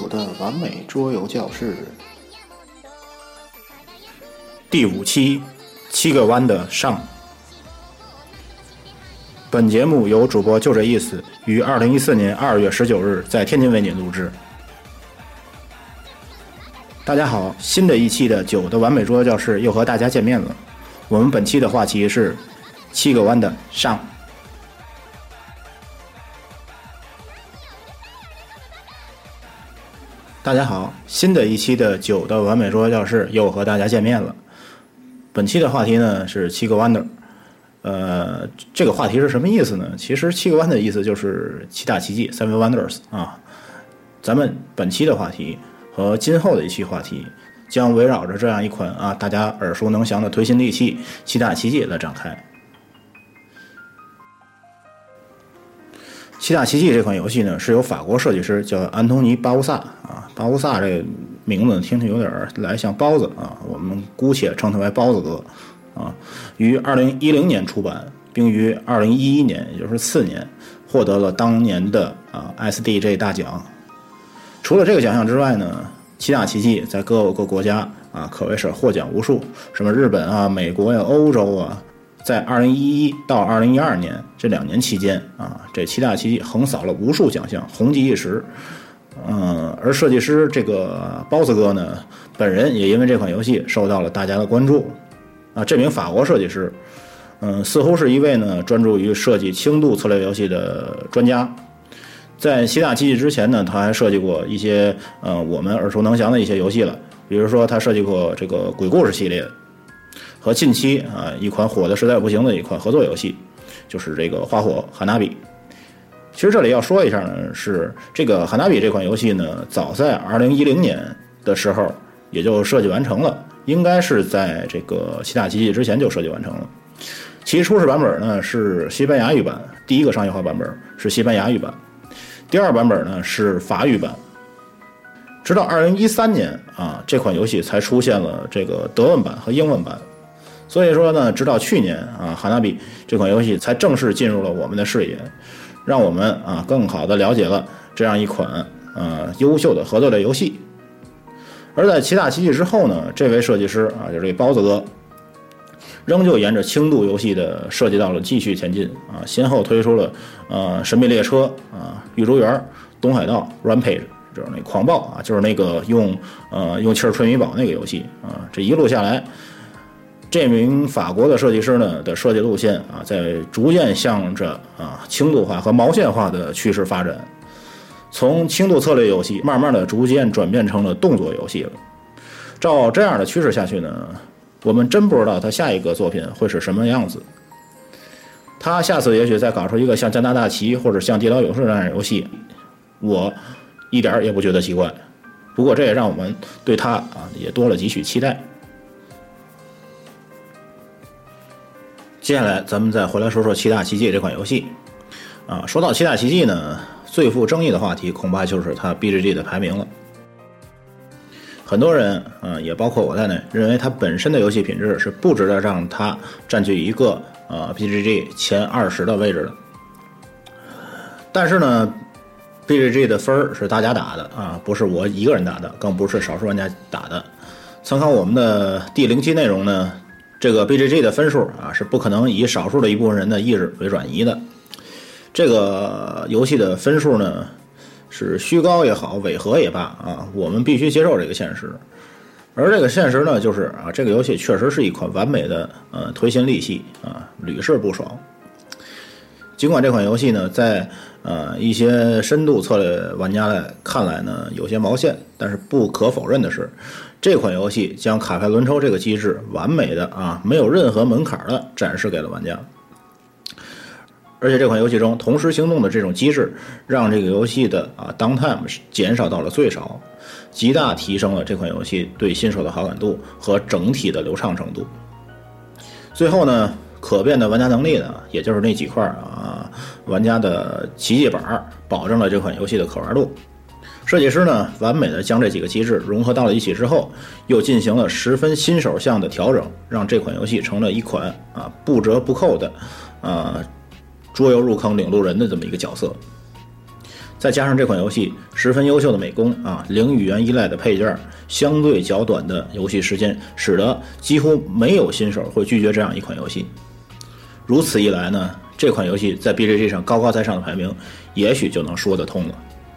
的完美桌游教室第5期7个弯的上。本节目由主播就这意思于2014年2月19日在天津为您录制。大家好，新的一期的9的完美桌游教室又和大家见面了。我们本期的话题是7个弯的上。大家好，新的一期的9的完美桌游教室又和大家见面了。本期的话题呢是7个 Wonder。这个话题是什么意思呢？其实7个 Wonder 的意思就是7大奇迹 7 Wonders 啊。咱们本期的话题和今后的一期话题将围绕着这样一款大家耳熟能详的推新利器7大奇迹来展开。7大奇迹这款游戏呢是由法国设计师叫安东尼·巴乌萨巴乌萨这个名字听着有点来像包子我们姑且称他为包子哥于2010年出版，并于2011年也就是次年获得了当年的SDJ 大奖。除了这个奖项之外呢，7大奇迹在各个国家可谓是获奖无数，什么日本美国欧洲在2011到2012年这2年期间这7大奇迹横扫了无数奖项，红极一时。而设计师这个包子哥呢，本人也因为这款游戏受到了大家的关注。这名法国设计师，似乎是一位呢专注于设计轻度策略游戏的专家。在7大奇迹之前呢，他还设计过一些我们耳熟能详的一些游戏了，比如说他设计过这个鬼故事系列，和近期一款火的实在不行的一款合作游戏，就是这个花火哈纳比。其实这里要说一下呢，是这个哈纳比这款游戏呢，早在2010年的时候也就设计完成了，应该是在这个7大奇迹之前就设计完成了。其初始版本呢是西班牙语版，第一个商业化版本是西班牙语版，第二版本呢是法语版。直到2013年这款游戏才出现了这个德文版和英文版。所以说呢，直到去年哈纳比这款游戏才正式进入了我们的视野，让我们更好的了解了这样一款优秀的合作类游戏。而在7大奇迹之后呢，这位设计师就是这包子哥，仍旧沿着轻度游戏的设计道路继续前进先后推出了神秘列车玉珠园、东海道 Rampage， 就是那狂暴就是那个用气儿吹米堡那个游戏这一路下来，这名法国的设计师呢的设计路线在逐渐向着轻度化和毛线化的趋势发展，从轻度策略游戏慢慢的逐渐转变成了动作游戏了。照这样的趋势下去呢，我们真不知道他下一个作品会是什么样子。他下次也许再搞出一个像加拿大棋或者像地牢勇士这样的游戏，我一点也不觉得奇怪。不过这也让我们对他也多了几许期待。接下来咱们再回来说说7大奇迹这款游戏说到7大奇迹呢，最富争议的话题恐怕就是它 BGG 的排名了。很多人也包括我在内，认为它本身的游戏品质是不值得让它占据一个BGG 前20的位置的。但是呢 BGG 的分是大家打的不是我一个人打的，更不是少数玩家打的。参考我们的第0期内容呢，这个 BGG 的分数是不可能以少数的一部分人的意志为转移的。这个游戏的分数呢是虚高也好，违和也罢我们必须接受这个现实。而这个现实呢，就是这个游戏确实是一款完美的推新利器屡试不爽。尽管这款游戏呢，在一些深度策略玩家看来呢有些毛线，但是不可否认的是，这款游戏将卡牌轮抽这个机制完美的没有任何门槛的展示给了玩家。而且这款游戏中同时行动的这种机制，让这个游戏的downtime 减少到了最少，极大提升了这款游戏对新手的好感度和整体的流畅程度。最后呢，可变的玩家能力呢，也就是那几块玩家的奇迹板，保证了这款游戏的可玩度。设计师呢，完美的将这几个机制融合到了一起之后，又进行了十分新手向的调整，让这款游戏成了一款不折不扣的桌游入坑领路人的这么一个角色。 再加上这款游戏十分优秀的美工啊，零语言依赖的配件，相对较短的游戏时间，使得几乎没有新手会拒绝这样一款游戏。如此一来呢，这款游戏在 BGG 上高高在上的排名，也许就能说得通了。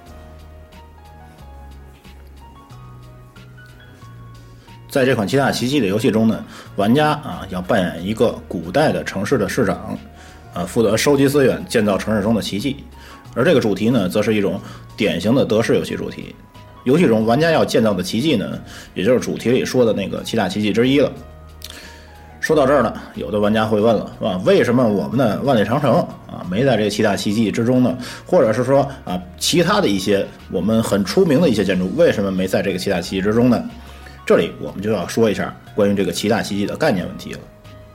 在这款七大奇迹的游戏中呢，玩家要扮演一个古代的城市的市长，负责收集资源，建造城市中的奇迹。而这个主题呢，则是一种典型的德式游戏主题。游戏中玩家要建造的奇迹呢，也就是主题里说的那个七大奇迹之一了。说到这儿呢，有的玩家会问了，为什么我们的万里长城没在这七大奇迹之中呢？或者是说其他的一些我们很出名的一些建筑，为什么没在这个七大奇迹之中呢？这里我们就要说一下关于这个七大奇迹的概念问题了。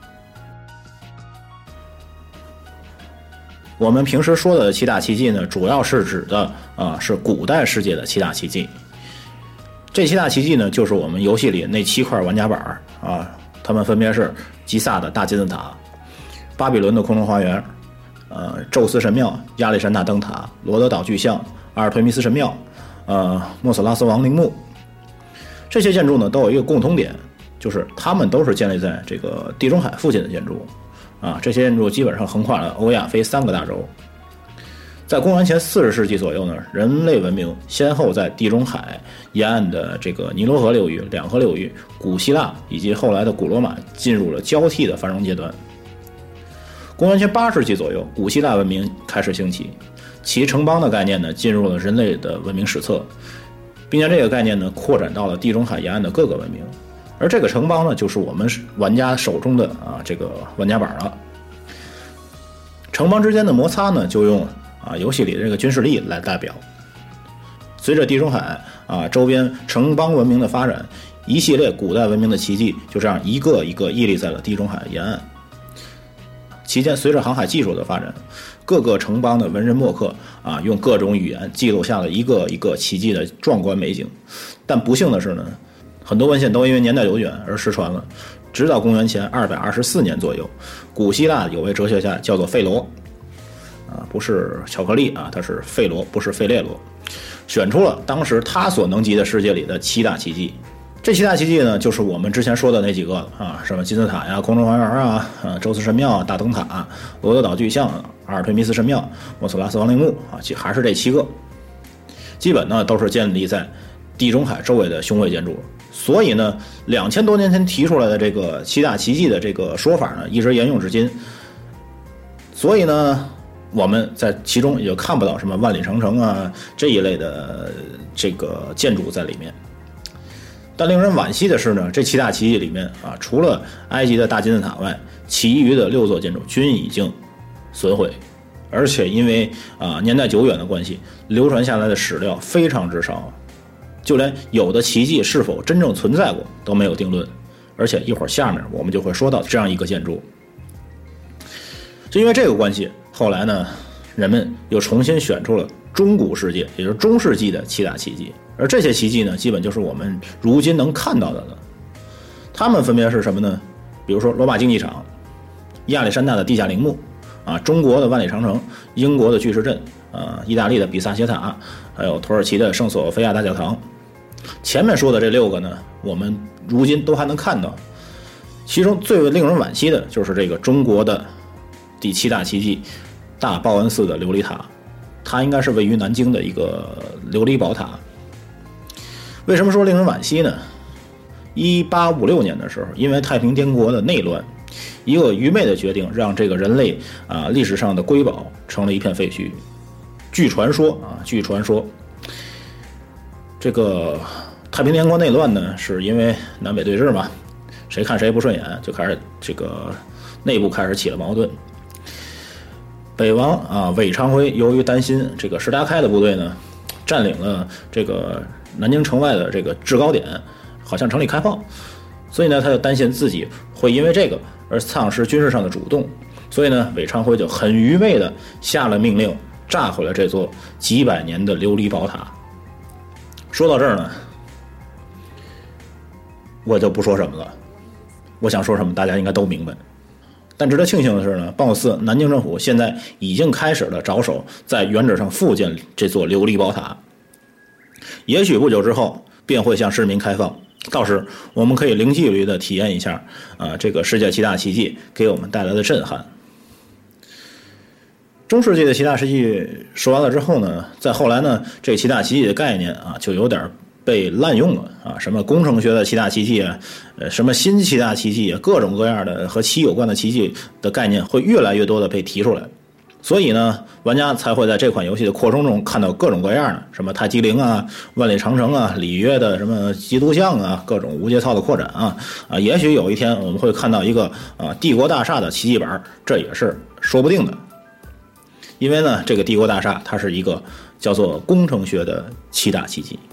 我们平时说的七大奇迹呢，主要是指的是古代世界的七大奇迹。这七大奇迹呢，就是我们游戏里那7块玩家板它们分别是吉萨的大金字塔、巴比伦的空中花园、宙斯神庙、亚历山大灯塔、罗德岛巨像、阿尔忒弥斯神庙、莫索拉斯亡灵墓。这些建筑呢都有一个共同点，就是它们都是建立在这个地中海附近的建筑这些建筑基本上横跨了欧亚非3个大洲。在公元前40世纪左右呢，人类文明先后在地中海沿岸的这个尼罗河流域、两河流域、古希腊以及后来的古罗马进入了交替的繁荣阶段。公元前8世纪左右，古希腊文明开始兴起，其城邦的概念呢进入了人类的文明史册，并将这个概念呢扩展到了地中海沿岸的各个文明。而这个城邦呢，就是我们玩家手中的这个玩家板了。城邦之间的摩擦呢，就用游戏里的这个军事力来代表。随着地中海周边城邦文明的发展，一系列古代文明的奇迹就这样一个一个屹立在了地中海沿岸。期间，随着航海技术的发展，各个城邦的文人墨客用各种语言记录下了一个一个奇迹的壮观美景。但不幸的是呢，很多文献都因为年代久远而失传了。直到公元前224年左右，古希腊有位哲学家叫做费罗，不是巧克力他是费罗，不是费列罗，选出了当时他所能及的世界里的7大奇迹。这7大奇迹呢，就是我们之前说的那几个什么金字塔呀、空中花园宙斯神庙、大灯塔、罗德岛巨像、阿尔忒弥斯神庙、莫索拉斯亡灵墓还是这7个，基本呢都是建立在地中海周围的雄伟建筑。所以呢，2000多年前提出来的这个7大奇迹的这个说法呢，一直沿用至今。所以呢，我们在其中也就看不到什么万里长城这一类的这个建筑在里面。但令人惋惜的是呢，这7大奇迹里面除了埃及的大金字塔外，其余的6座建筑均已经损毁，而且因为年代久远的关系，流传下来的史料非常之少，就连有的奇迹是否真正存在过都没有定论。而且一会儿下面我们就会说到这样一个建筑。就因为这个关系，后来呢，人们又重新选出了中古世界，也就是中世纪的7大奇迹。而这些奇迹呢，基本就是我们如今能看到的了。它们分别是什么呢？比如说罗马竞技场、亚历山大的地下陵墓中国的万里长城、英国的巨石阵意大利的比萨斜塔，还有土耳其的圣索菲亚大教堂。前面说的这6个呢，我们如今都还能看到。其中最为令人惋惜的就是这个中国的第7大奇迹大报恩寺的琉璃塔，它应该是位于南京的一个琉璃宝塔。为什么说令人惋惜呢？1856年的时候，因为太平天国的内乱，一个愚昧的决定让这个人类历史上的瑰宝成了一片废墟。据传说这个太平天国内乱呢，是因为南北对峙嘛，谁看谁不顺眼，就开始这个内部开始起了矛盾。北王韦昌辉由于担心这个石达开的部队呢占领了这个南京城外的这个制高点，好像城里开炮，所以呢他就担心自己会因为这个而丧失军事上的主动，所以呢韦昌辉就很愚昧的下了命令，炸毁了这座几百年的琉璃宝塔。说到这儿呢，我就不说什么了，我想说什么大家应该都明白。 但值得庆幸的是呢，BOSS南京政府现在已经开始了着手在原址上复建这座琉璃宝塔，也许不久之后便会向市民开放，到时我们可以零距离的体验一下这个世界七大奇迹给我们带来的震撼。中世纪的七大奇迹说完了之后呢，再后来呢，这七大奇迹的概念就有点被滥用了什么工程学的七大奇迹什么新七大奇迹各种各样的和七有关的奇迹的概念会越来越多的被提出来。所以呢，玩家才会在这款游戏的扩充中看到各种各样的什么泰姬陵万里长城里约的什么基督像各种无节操的扩展也许有一天我们会看到一个帝国大厦的奇迹板，这也是说不定的。因为呢，这个帝国大厦它是一个叫做工程学的七大奇迹。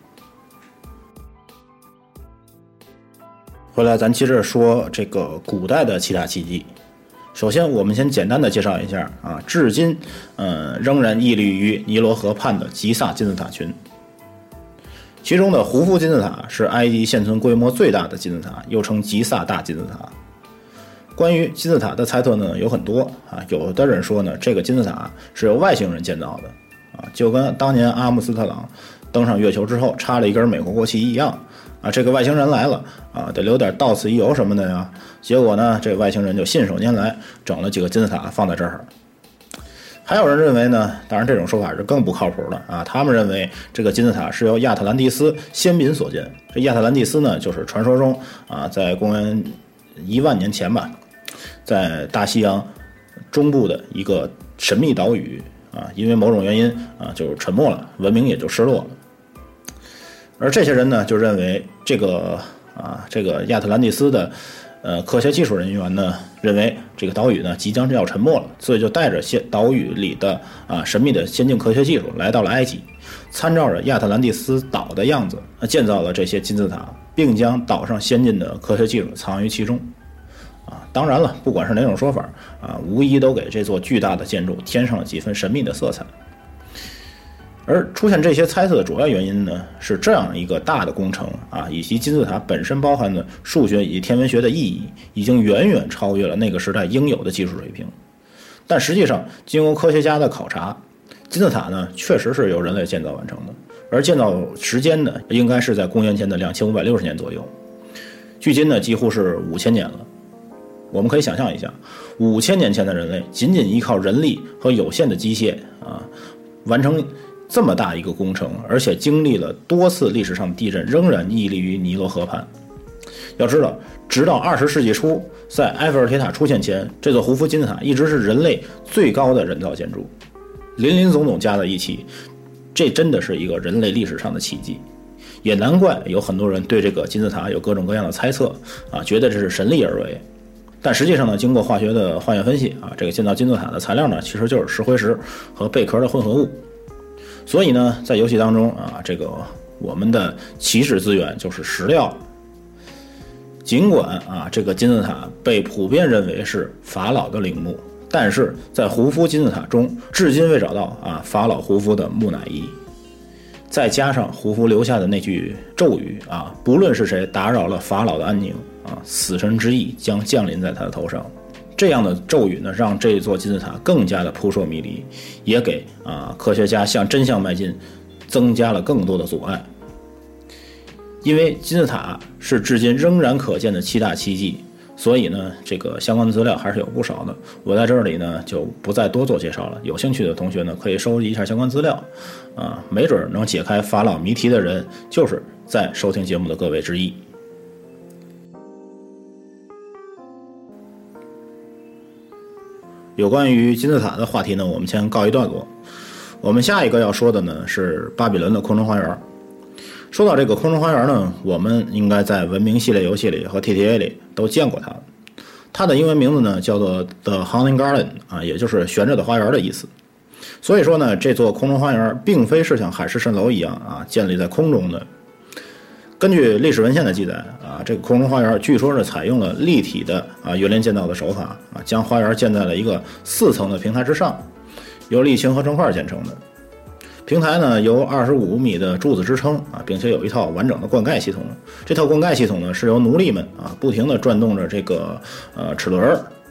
回来咱接着说这个古代的七大奇迹。首先我们先简单的介绍一下至今仍然屹立于尼罗河畔的吉萨金字塔群。其中的胡夫金字塔是埃及现存规模最大的金字塔，又称吉萨大金字塔。关于金字塔的猜测呢有很多有的人说呢，这个金字塔是由外星人建造的就跟当年阿姆斯特朗登上月球之后插了一根美国国旗一样这个外星人来了得留点到此一游什么的呀。结果呢，这个外星人就信手拈来，整了几个金字塔放在这儿。还有人认为呢，当然这种说法是更不靠谱的他们认为这个金字塔是由亚特兰蒂斯先民所建。这亚特兰蒂斯呢，就是传说中在公元1万年前吧，在大西洋中部的一个神秘岛屿因为某种原因就沉没了，文明也就失落了。而这些人呢，就认为这个亚特兰蒂斯的科学技术人员呢，认为这个岛屿呢即将要沉没了，所以就带着岛屿里的神秘的先进科学技术来到了埃及，参照着亚特兰蒂斯岛的样子建造了这些金字塔，并将岛上先进的科学技术藏于其中。当然了，不管是哪种说法无疑都给这座巨大的建筑添上了几分神秘的色彩。而出现这些猜测的主要原因呢，是这样一个大的工程以及金字塔本身包含的数学以及天文学的意义，已经远远超越了那个时代应有的技术水平。但实际上，经过科学家的考察，金字塔呢确实是由人类建造完成的，而建造时间呢，应该是在公元前的2560年左右，距今呢几乎是5000年了。我们可以想象一下，5000年前的人类仅仅依靠人力和有限的机械完成这么大一个工程，而且经历了多次历史上的地震，仍然屹立于尼罗河畔。要知道，直到20世纪初，在埃菲尔铁塔出现前，这座胡夫金字塔一直是人类最高的人造建筑。林林总总加在一起，这真的是一个人类历史上的奇迹。也难怪有很多人对这个金字塔有各种各样的猜测觉得这是神力而为。但实际上呢，经过化学的化验分析这个建造金字塔的材料呢，其实就是石灰石和贝壳的混合物。所以呢，在游戏当中这个我们的起始资源就是石料。尽管这个金字塔被普遍认为是法老的陵墓，但是在胡夫金字塔中至今未找到法老胡夫的木乃伊。再加上胡夫留下的那句咒语不论是谁打扰了法老的安宁死神之翼将降临在他的头上。这样的咒语呢，让这座金字塔更加的扑朔迷离，也给科学家向真相迈进增加了更多的阻碍。因为金字塔是至今仍然可见的七大奇迹，所以呢，这个相关的资料还是有不少的。我在这里呢就不再多做介绍了，有兴趣的同学呢可以收集一下相关资料没准能解开法老谜题的人就是在收听节目的各位之一。有关于金字塔的话题呢，我们先告一段落。我们下一个要说的呢是巴比伦的空中花园。说到这个空中花园呢，我们应该在文明系列游戏里和 TTA 里都见过它。它的英文名字呢叫做 The Hanging Garden 也就是悬着的花园的意思。所以说呢，这座空中花园并非是像海市蜃楼一样建立在空中的。根据历史文献的记载这个空中花园据说是采用了立体的园林建造的手法将花园建在了一个4层的平台之上，由沥青和砖块建成的。平台呢由25米的柱子支撑并且有一套完整的灌溉系统。这套灌溉系统呢是由奴隶们不停地转动着这个齿轮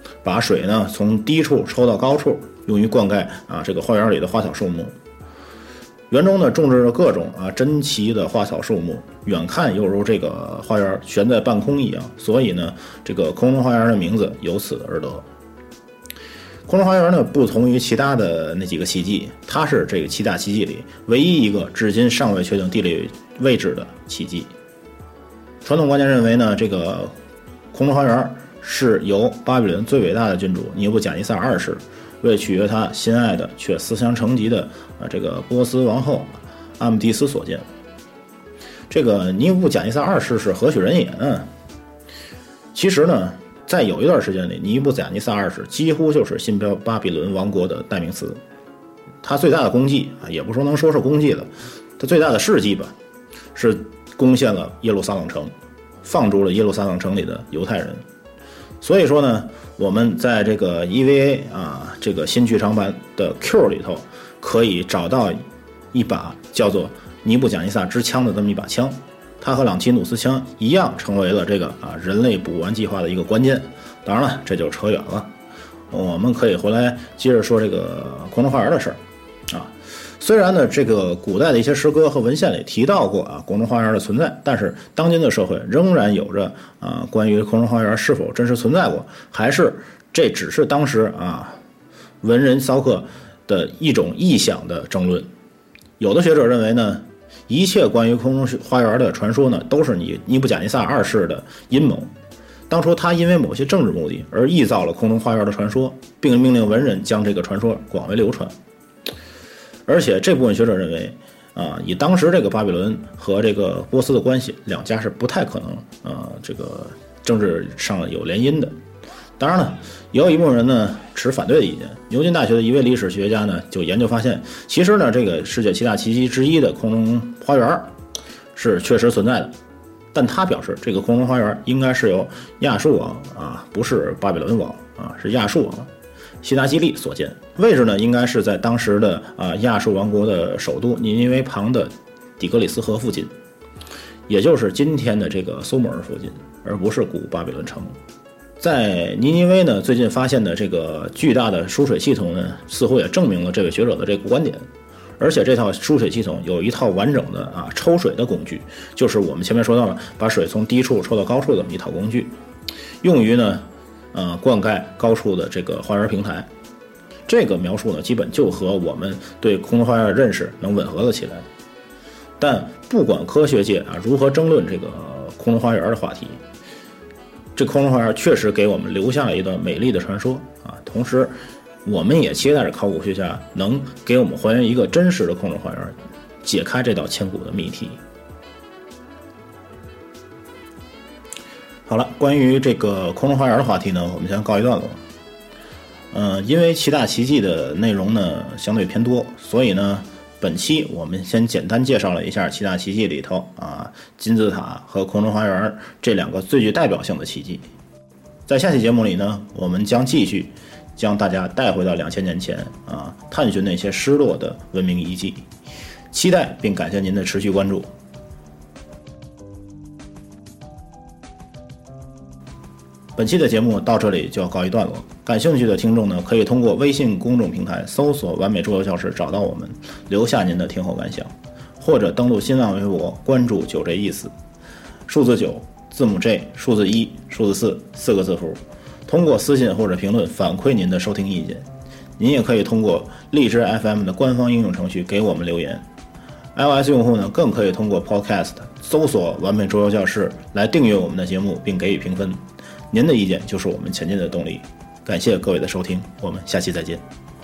把水呢从低处抽到高处，用于灌溉这个花园里的花草树木。园中呢种植着各种珍奇的花草树木，远看犹如这个花园悬在半空一样，所以呢这个空中花园的名字由此而得。空中花园呢不同于其他的那几个奇迹，它是这个7大奇迹里唯一一个至今尚未确定地理位置的奇迹。传统观念认为呢，这个空中花园是由巴比伦最伟大的君主尼布甲尼撒二世为取悦他心爱的却思乡成疾的这个波斯王后阿姆蒂斯所建。这个尼布甲尼撒二世是何许人也呢？其实呢，在有一段时间里，尼布甲尼撒二世几乎就是新巴比伦王国的代名词。他最大的功绩也不能说是功绩了，他最大的事迹吧，是攻陷了耶路撒冷城，放逐了耶路撒冷城里的犹太人。所以说呢，我们在这个 EVA 这个新剧场版的 Q 里头，可以找到一把叫做尼布甲尼撒之枪的这么一把枪，它和朗奇努斯枪一样，成为了这个人类补完计划的一个关键。当然了，这就扯远了，我们可以回来接着说这个空中花园的事儿虽然呢，这个古代的一些诗歌和文献里提到过空中花园的存在，但是当今的社会仍然有着关于空中花园是否真实存在过，还是这只是当时文人骚客的一种臆想的争论。有的学者认为呢，一切关于空中花园的传说呢，都是尼布甲尼撒二世的阴谋。当初他因为某些政治目的而臆造了空中花园的传说，并命令文人将这个传说广为流传。而且这部分学者认为以当时这个巴比伦和这个波斯的关系，两家是不太可能这个政治上有联姻的。当然了，也有一部分人呢持反对的意见。牛津大学的一位历史学家呢就研究发现，其实呢这个世界7大奇迹之一的空中花园是确实存在的，但他表示这个空中花园应该是由亚述王不是巴比伦王是亚述王西达基利所建，位置呢应该是在当时的亚述王国的首都尼尼微旁的底格里斯河附近，也就是今天的这个苏姆尔附近，而不是古巴比伦城。在尼尼微呢，最近发现的这个巨大的输水系统呢，似乎也证明了这位学者的这个观点。而且这套输水系统有一套完整的抽水的工具，就是我们前面说到了把水从低处抽到高处的一套工具，用于呢灌溉高处的这个花园平台。这个描述呢，基本就和我们对空中花园的认识能吻合了起来。但不管科学界如何争论这个空中花园的话题，这空中花园确实给我们留下了一段美丽的传说同时我们也期待着考古学家能给我们还原一个真实的空中花园，解开这道千古的谜题。好了，关于这个空中花园的话题呢，我们先告一段落。因为7大奇迹的内容呢相对偏多，所以呢本期我们先简单介绍了一下7大奇迹里头金字塔和空中花园这两个最具代表性的奇迹。在下期节目里呢，我们将继续将大家带回到2000年前探寻那些失落的文明遗迹。期待并感谢您的持续关注。本期的节目到这里就要告一段落，感兴趣的听众呢，可以通过微信公众平台搜索完美桌游教室找到我们，留下您的听后感想，或者登录新浪微博关注9这意思，数字9，字母 J， 数字1，数字4，4个字符，通过私信或者评论反馈您的收听意见。您也可以通过荔枝 FM 的官方应用程序给我们留言。iOS 用户呢，更可以通过 Podcast 搜索完美桌游教室来订阅我们的节目并给予评分。您的意见就是我们前进的动力。感谢各位的收听，我们下期再见。